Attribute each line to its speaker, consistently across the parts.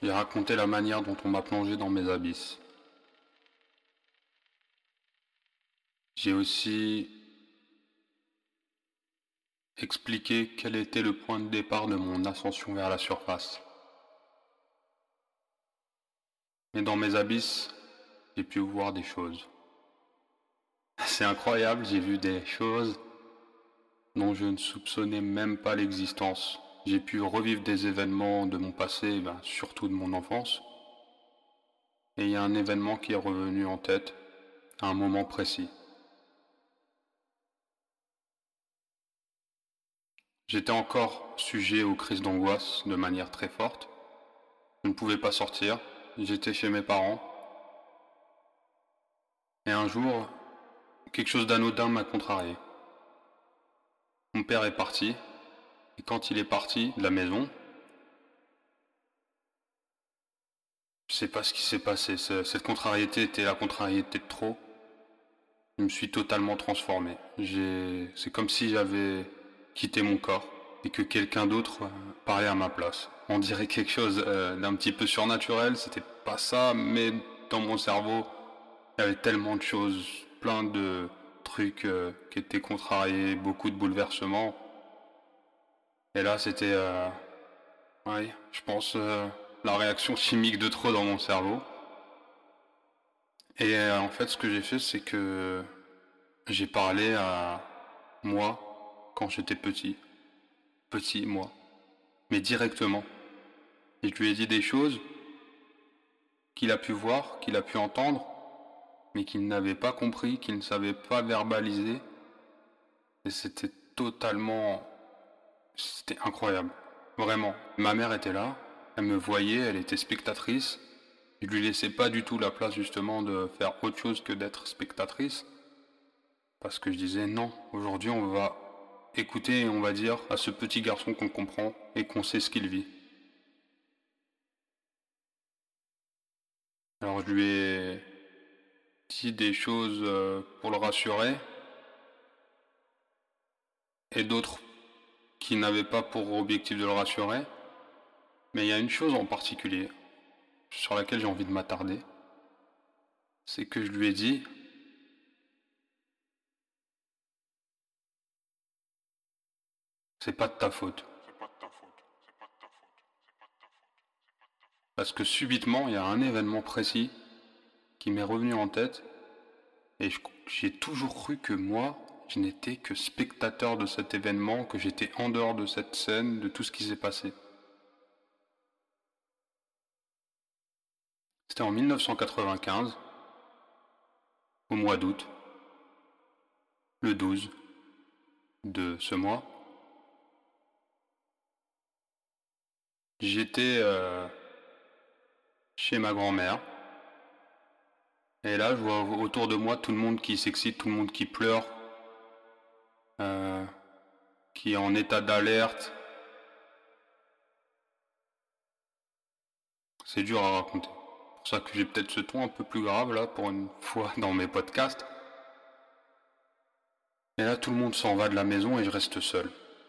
Speaker 1: J'ai raconté la manière dont on m'a plongé dans mes abysses. J'ai aussi expliqué quel était le point de départ de mon ascension vers la surface. Et dans mes abysses, j'ai pu voir des choses. C'est incroyable, j'ai vu des choses dont je ne soupçonnais même pas l'existence. J'ai pu revivre des événements de mon passé, surtout de mon enfance. Et il y a un événement qui est revenu en tête à un moment précis. J'étais encore sujet aux crises d'angoisse de manière très forte. Je ne pouvais pas sortir, j'étais chez mes parents. Et un jour, quelque chose d'anodin m'a contrarié. Mon père est parti, et quand il est parti de la maison, je sais pas ce qui s'est passé. Cette contrariété était la contrariété de trop. Je me suis totalement transformé. C'est comme si j'avais quitté mon corps et que quelqu'un d'autre parlait à ma place. On dirait quelque chose d'un petit peu surnaturel, c'était pas ça, mais dans mon cerveau, il y avait tellement de choses, plein de trucs qui étaient contrariés, beaucoup de bouleversements. Et là, c'était, je pense, la réaction chimique de trop dans mon cerveau. Et en fait, ce que j'ai fait, c'est que j'ai parlé à moi quand j'étais petit. Petit, moi. Mais directement. Et je lui ai dit des choses qu'il a pu voir, qu'il a pu entendre, mais qu'il n'avait pas compris, qu'il ne savait pas verbaliser. Et c'était totalement... C'était incroyable. Vraiment. Ma mère était là, elle me voyait, elle était spectatrice. Je lui laissais pas du tout la place justement de faire autre chose que d'être spectatrice. Parce que je disais non, aujourd'hui on va écouter et on va dire à ce petit garçon qu'on comprend et qu'on sait ce qu'il vit. Alors je lui ai dit des choses pour le rassurer et d'autres qui n'avaient pas pour objectif de le rassurer. Mais il y a une chose en particulier sur laquelle j'ai envie de m'attarder. C'est que je lui ai dit, c'est pas de ta faute. Parce que subitement, il y a un événement précis qui m'est revenu en tête et j'ai toujours cru que moi, je n'étais que spectateur de cet événement, que j'étais en dehors de cette scène, de tout ce qui s'est passé. C'était en 1995, au mois d'août, le 12 de ce mois. J'étais chez ma grand-mère. Et là, je vois autour de moi tout le monde qui s'excite, tout le monde qui pleure, qui est en état d'alerte. C'est dur à raconter. C'est pour ça que j'ai peut-être ce ton un peu plus grave là pour une fois dans mes podcasts. Et là, tout le monde s'en va de la maison et je reste seul.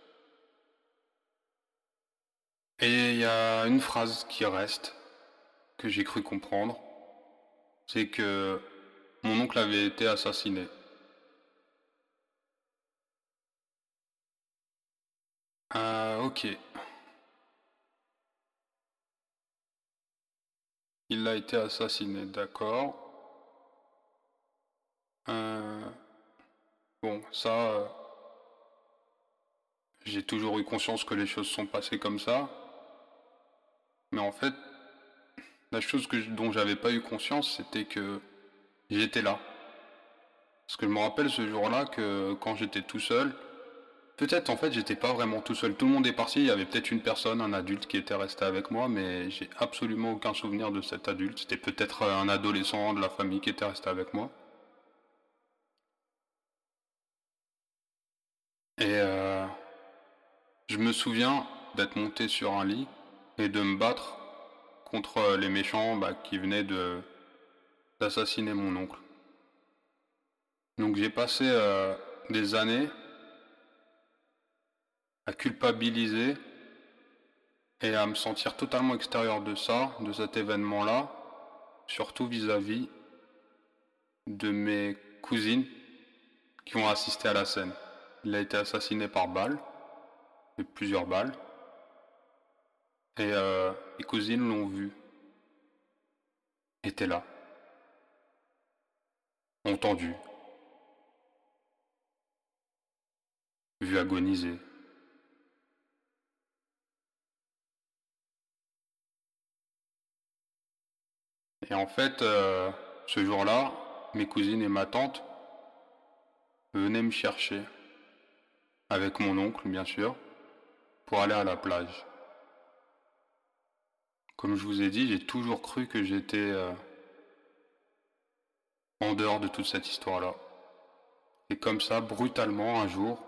Speaker 1: Et il y a une phrase qui reste, que j'ai cru comprendre, c'est que mon oncle avait été assassiné. Ok. Il a été assassiné, d'accord. Bon, ça, j'ai toujours eu conscience que les choses sont passées comme ça. Mais en fait, la chose dont j'avais pas eu conscience, c'était que j'étais là. Parce que je me rappelle ce jour-là que quand j'étais tout seul, peut-être en fait j'étais pas vraiment tout seul. Tout le monde est parti, il y avait peut-être une personne, un adulte qui était resté avec moi, mais j'ai absolument aucun souvenir de cet adulte. C'était peut-être un adolescent de la famille qui était resté avec moi. Et je me souviens d'être monté sur un lit et de me battre contre les méchants qui venaient d'assassiner mon oncle. Donc j'ai passé des années à culpabiliser et à me sentir totalement extérieur de ça, de cet événement-là, surtout vis-à-vis de mes cousines qui ont assisté à la scène. Il a été assassiné par balle, et plusieurs balles, et mes cousines l'ont vu, étaient là, ont entendu, vu agoniser. Et en fait, ce jour-là, mes cousines et ma tante venaient me chercher, avec mon oncle bien sûr, pour aller à la plage. Comme je vous ai dit, j'ai toujours cru que j'étais en dehors de toute cette histoire-là. Et comme ça, brutalement, un jour,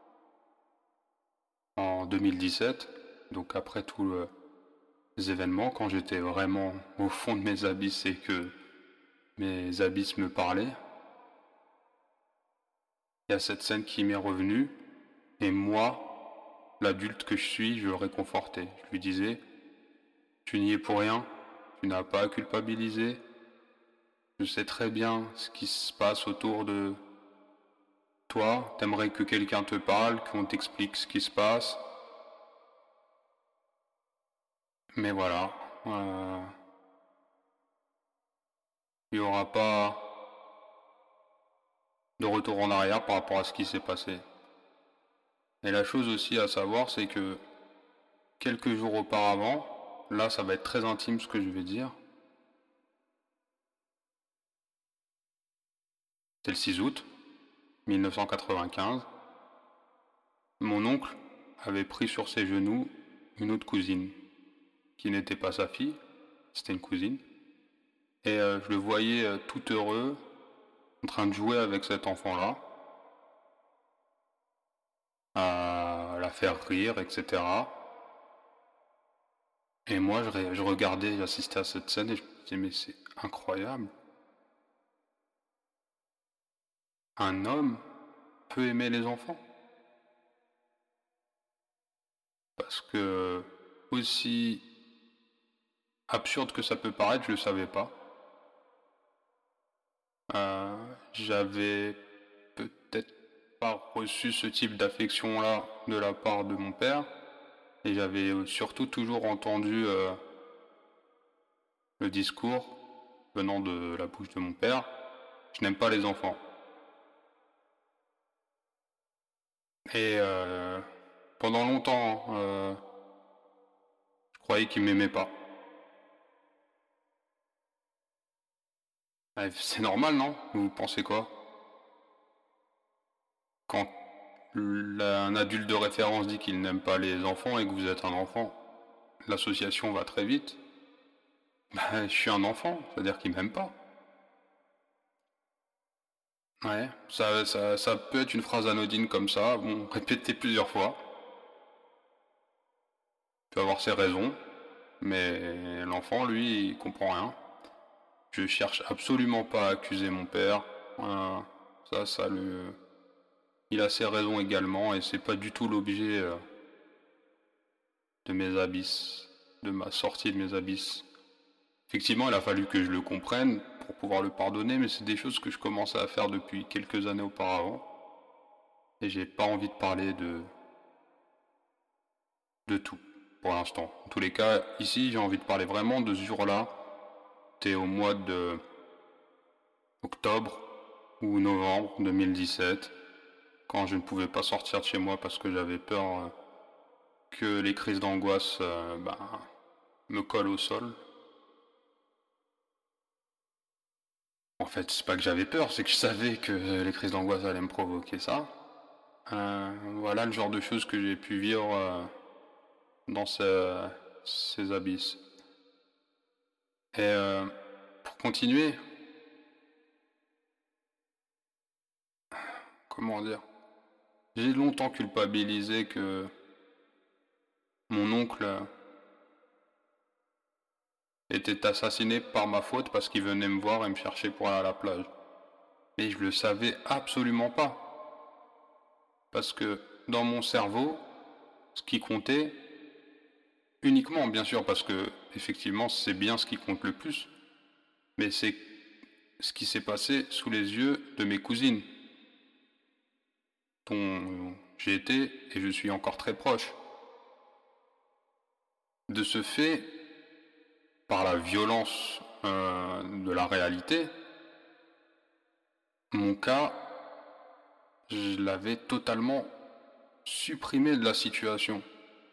Speaker 1: en 2017, donc après tous les événements, quand j'étais vraiment au fond de mes abysses et que mes abysses me parlaient, il y a cette scène qui m'est revenue, et moi, l'adulte que je suis, je le réconfortais. Je lui disais, tu n'y es pour rien, tu n'as pas à culpabiliser, je sais très bien ce qui se passe autour de toi, t'aimerais que quelqu'un te parle, qu'on t'explique ce qui se passe. Mais voilà, il n'y aura pas de retour en arrière par rapport à ce qui s'est passé. Et la chose aussi à savoir, c'est que quelques jours auparavant, là ça va être très intime ce que je vais dire, c'est le 6 août 1995, mon oncle avait pris sur ses genoux une autre cousine, qui n'était pas sa fille, c'était une cousine, et je le voyais tout heureux, en train de jouer avec cet enfant-là, à la faire rire, etc. Et moi, je regardais, j'assistais à cette scène et je me disais, mais c'est incroyable. Un homme peut aimer les enfants. Parce que, aussi absurde que ça peut paraître, je le savais pas. J'avais peut-être pas reçu ce type d'affection-là de la part de mon père. Et j'avais surtout toujours entendu le discours venant de la bouche de mon père, je n'aime pas les enfants. Et pendant longtemps, je croyais qu'il m'aimait pas. C'est normal, non? Vous pensez quoi? Quand un adulte de référence dit qu'il n'aime pas les enfants et que vous êtes un enfant, l'association va très vite. Je suis un enfant, c'est-à-dire qu'il m'aime pas. Ouais, ça peut être une phrase anodine comme ça, bon, répétée plusieurs fois. Il peut avoir ses raisons, mais l'enfant, lui, il comprend rien. Je cherche absolument pas à accuser mon père. Ça le... Il a ses raisons également, et c'est pas du tout l'objet de mes abysses, de ma sortie de mes abysses. Effectivement, il a fallu que je le comprenne pour pouvoir le pardonner, mais c'est des choses que je commençais à faire depuis quelques années auparavant. Et j'ai pas envie de parler de tout, pour l'instant. En tous les cas, ici, j'ai envie de parler vraiment de ce jour-là. C'était au mois de octobre ou novembre 2017, quand je ne pouvais pas sortir de chez moi parce que j'avais peur que les crises d'angoisse me collent au sol. En fait, c'est pas que j'avais peur, c'est que je savais que les crises d'angoisse allaient me provoquer ça. Voilà le genre de choses que j'ai pu vivre dans ces abysses. Et pour continuer, comment dire, j'ai longtemps culpabilisé que mon oncle était assassiné par ma faute parce qu'il venait me voir et me chercher pour aller à la plage. Mais je le savais absolument pas. Parce que dans mon cerveau, ce qui comptait, uniquement, bien sûr, parce que effectivement, c'est bien ce qui compte le plus, mais c'est ce qui s'est passé sous les yeux de mes cousines, dont j'ai été et je suis encore très proche. De ce fait, par la violence de la réalité, mon cas, je l'avais totalement supprimé de la situation.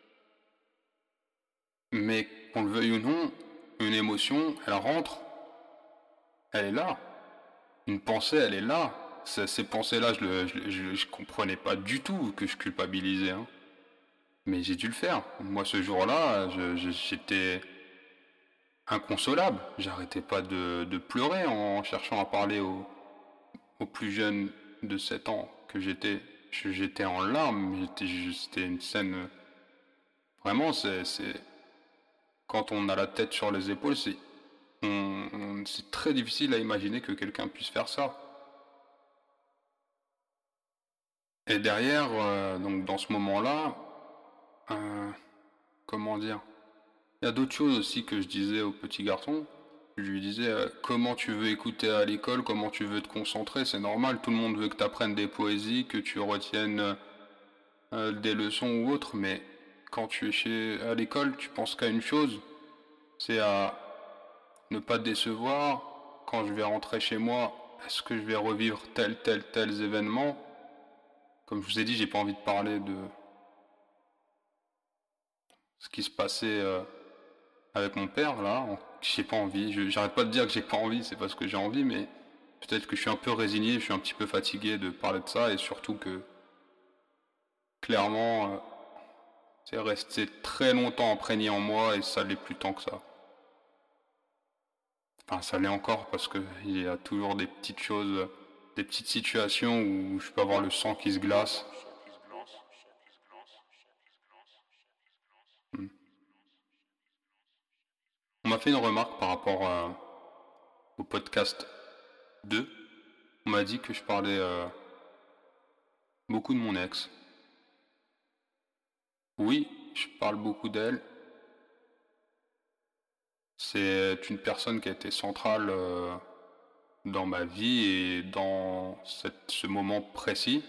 Speaker 1: Mais qu'on le veuille ou non, une émotion, elle rentre, elle est là. Une pensée, elle est là. Ces pensées-là, je comprenais pas du tout que je culpabilisais. Hein. Mais j'ai dû le faire. Moi, ce jour-là, j'étais inconsolable. J'arrêtais pas de pleurer en cherchant à parler aux plus jeunes de 7 ans que j'étais. J'étais en larmes. C'était une scène. Vraiment, quand on a la tête sur les épaules, c'est très difficile à imaginer que quelqu'un puisse faire ça. Et derrière, donc dans ce moment-là, comment dire, il y a d'autres choses aussi que je disais au petit garçon. Je lui disais comment tu veux écouter à l'école, comment tu veux te concentrer, c'est normal, tout le monde veut que tu apprennes des poésies, que tu retiennes des leçons ou autres, mais quand tu es à l'école, tu penses qu'à une chose, c'est à ne pas te décevoir. Quand je vais rentrer chez moi, est-ce que je vais revivre tels événements? Comme je vous ai dit, j'ai pas envie de parler de ce qui se passait avec mon père là. J'ai pas envie. J'arrête pas de dire que j'ai pas envie, c'est parce que j'ai envie, mais peut-être que je suis un peu résigné, je suis un petit peu fatigué de parler de ça et surtout que clairement c'est resté très longtemps imprégné en moi et ça l'est plus tant que ça. Enfin, ça l'est encore parce que il y a toujours des petites choses, des petites situations où je peux avoir le sang qui se glace. Hmm. On m'a fait une remarque par rapport au podcast 2. On m'a dit que je parlais beaucoup de mon ex. Oui, je parle beaucoup d'elle. C'est une personne qui a été centrale dans ma vie et dans ce moment précis.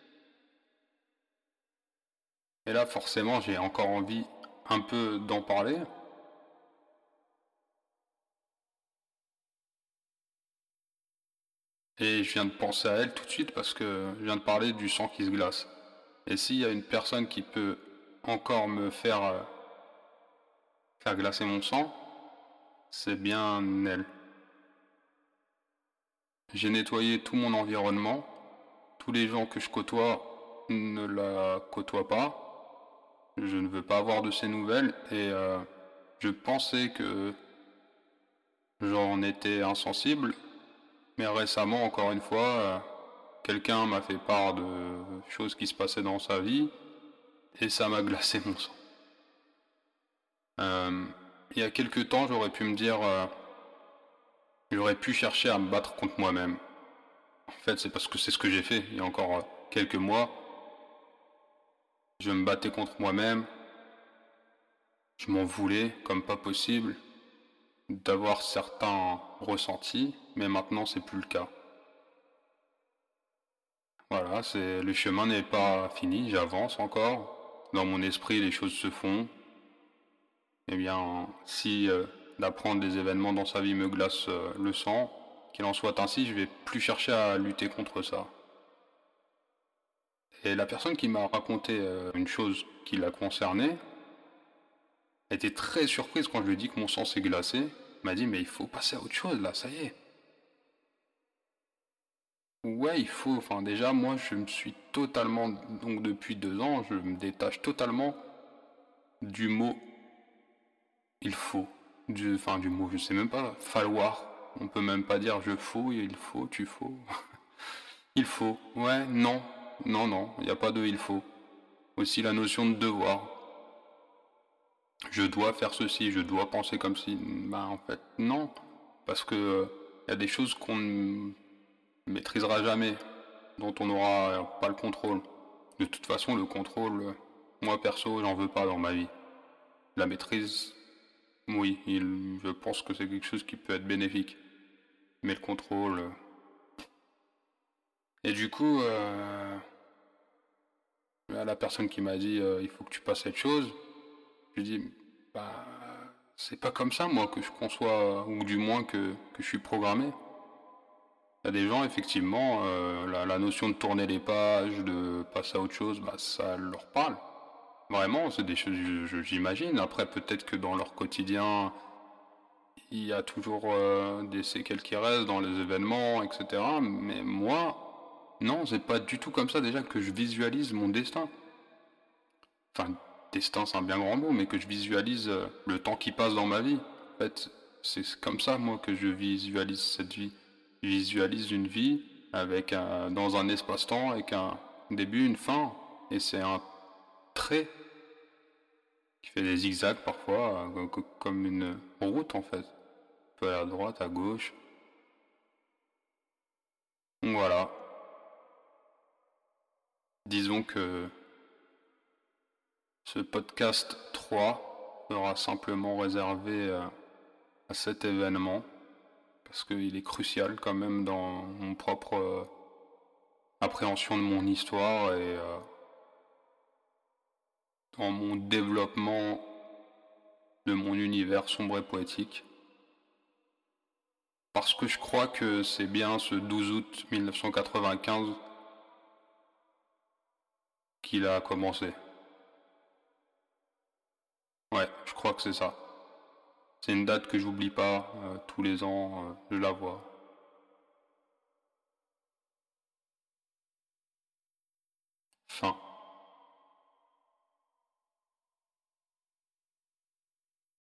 Speaker 1: Et là, forcément, j'ai encore envie un peu d'en parler. Et je viens de penser à elle tout de suite parce que je viens de parler du sang qui se glace. Et s'il y a une personne qui peut encore me faire glacer mon sang, c'est bien elle. J'ai nettoyé tout mon environnement. Tous les gens que je côtoie ne la côtoient pas. Je ne veux pas avoir de ses nouvelles et je pensais que j'en étais insensible. Mais récemment, encore une fois, quelqu'un m'a fait part de choses qui se passaient dans sa vie et ça m'a glacé mon sang. Il y a quelques temps, j'aurais pu me dire, j'aurais pu chercher à me battre contre moi-même. En fait, c'est parce que c'est ce que j'ai fait il y a encore quelques mois. Je me battais contre moi-même, je m'en voulais comme pas possible d'avoir certains ressentis, mais maintenant c'est plus le cas. Voilà, le chemin n'est pas fini, j'avance encore. Dans mon esprit, les choses se font. Eh bien, si d'apprendre des événements dans sa vie me glace le sang, qu'il en soit ainsi, je vais plus chercher à lutter contre ça. Et la personne qui m'a raconté une chose qui l'a concernée était très surprise quand je lui ai dit que mon sang s'est glacé. Elle m'a dit mais il faut passer à autre chose là, ça y est. Ouais, il faut. Enfin, déjà, moi, je me suis totalement, donc depuis 2 ans, je me détache totalement du mot il faut. Du mot, je sais même pas, falloir. On peut même pas dire je faut, il faut, tu faut. Il faut. Ouais, non. Non, non, il n'y a pas de il faut. Aussi la notion de devoir. Je dois faire ceci, je dois penser comme si. Bah, en fait, non. Parce que y a des choses qu'on ne maîtrisera jamais, dont on n'aura pas le contrôle. De toute façon, le contrôle, moi perso, j'en veux pas dans ma vie. La maîtrise, oui, je pense que c'est quelque chose qui peut être bénéfique. Mais le contrôle... Et du coup, la personne qui m'a dit il faut que tu passes à autre chose, je lui dis bah c'est pas comme ça moi que je conçois, ou du moins que je suis programmé. Il y a des gens effectivement, la notion de tourner les pages, de passer à autre chose, bah ça leur parle. Vraiment, c'est des choses j'imagine. Après peut-être que dans leur quotidien, il y a toujours des séquelles qui restent dans les événements, etc. Mais moi, non, c'est pas du tout comme ça déjà que je visualise mon destin. Enfin, destin c'est un bien grand mot, mais que je visualise le temps qui passe dans ma vie. En fait, c'est comme ça moi que je visualise cette vie. Je visualise une vie avec dans un espace-temps avec un début, une fin, et c'est un trait qui fait des zigzags parfois, comme une route en fait. Un peu à droite, à gauche. Donc voilà. Disons que ce podcast 3 sera simplement réservé à cet événement, parce qu'il est crucial quand même dans mon propre appréhension de mon histoire et dans mon développement de mon univers sombre et poétique. Parce que je crois que c'est bien ce 12 août 1995 qu'il a commencé. Ouais, je crois que c'est ça. C'est une date que j'oublie pas, tous les ans, je la vois.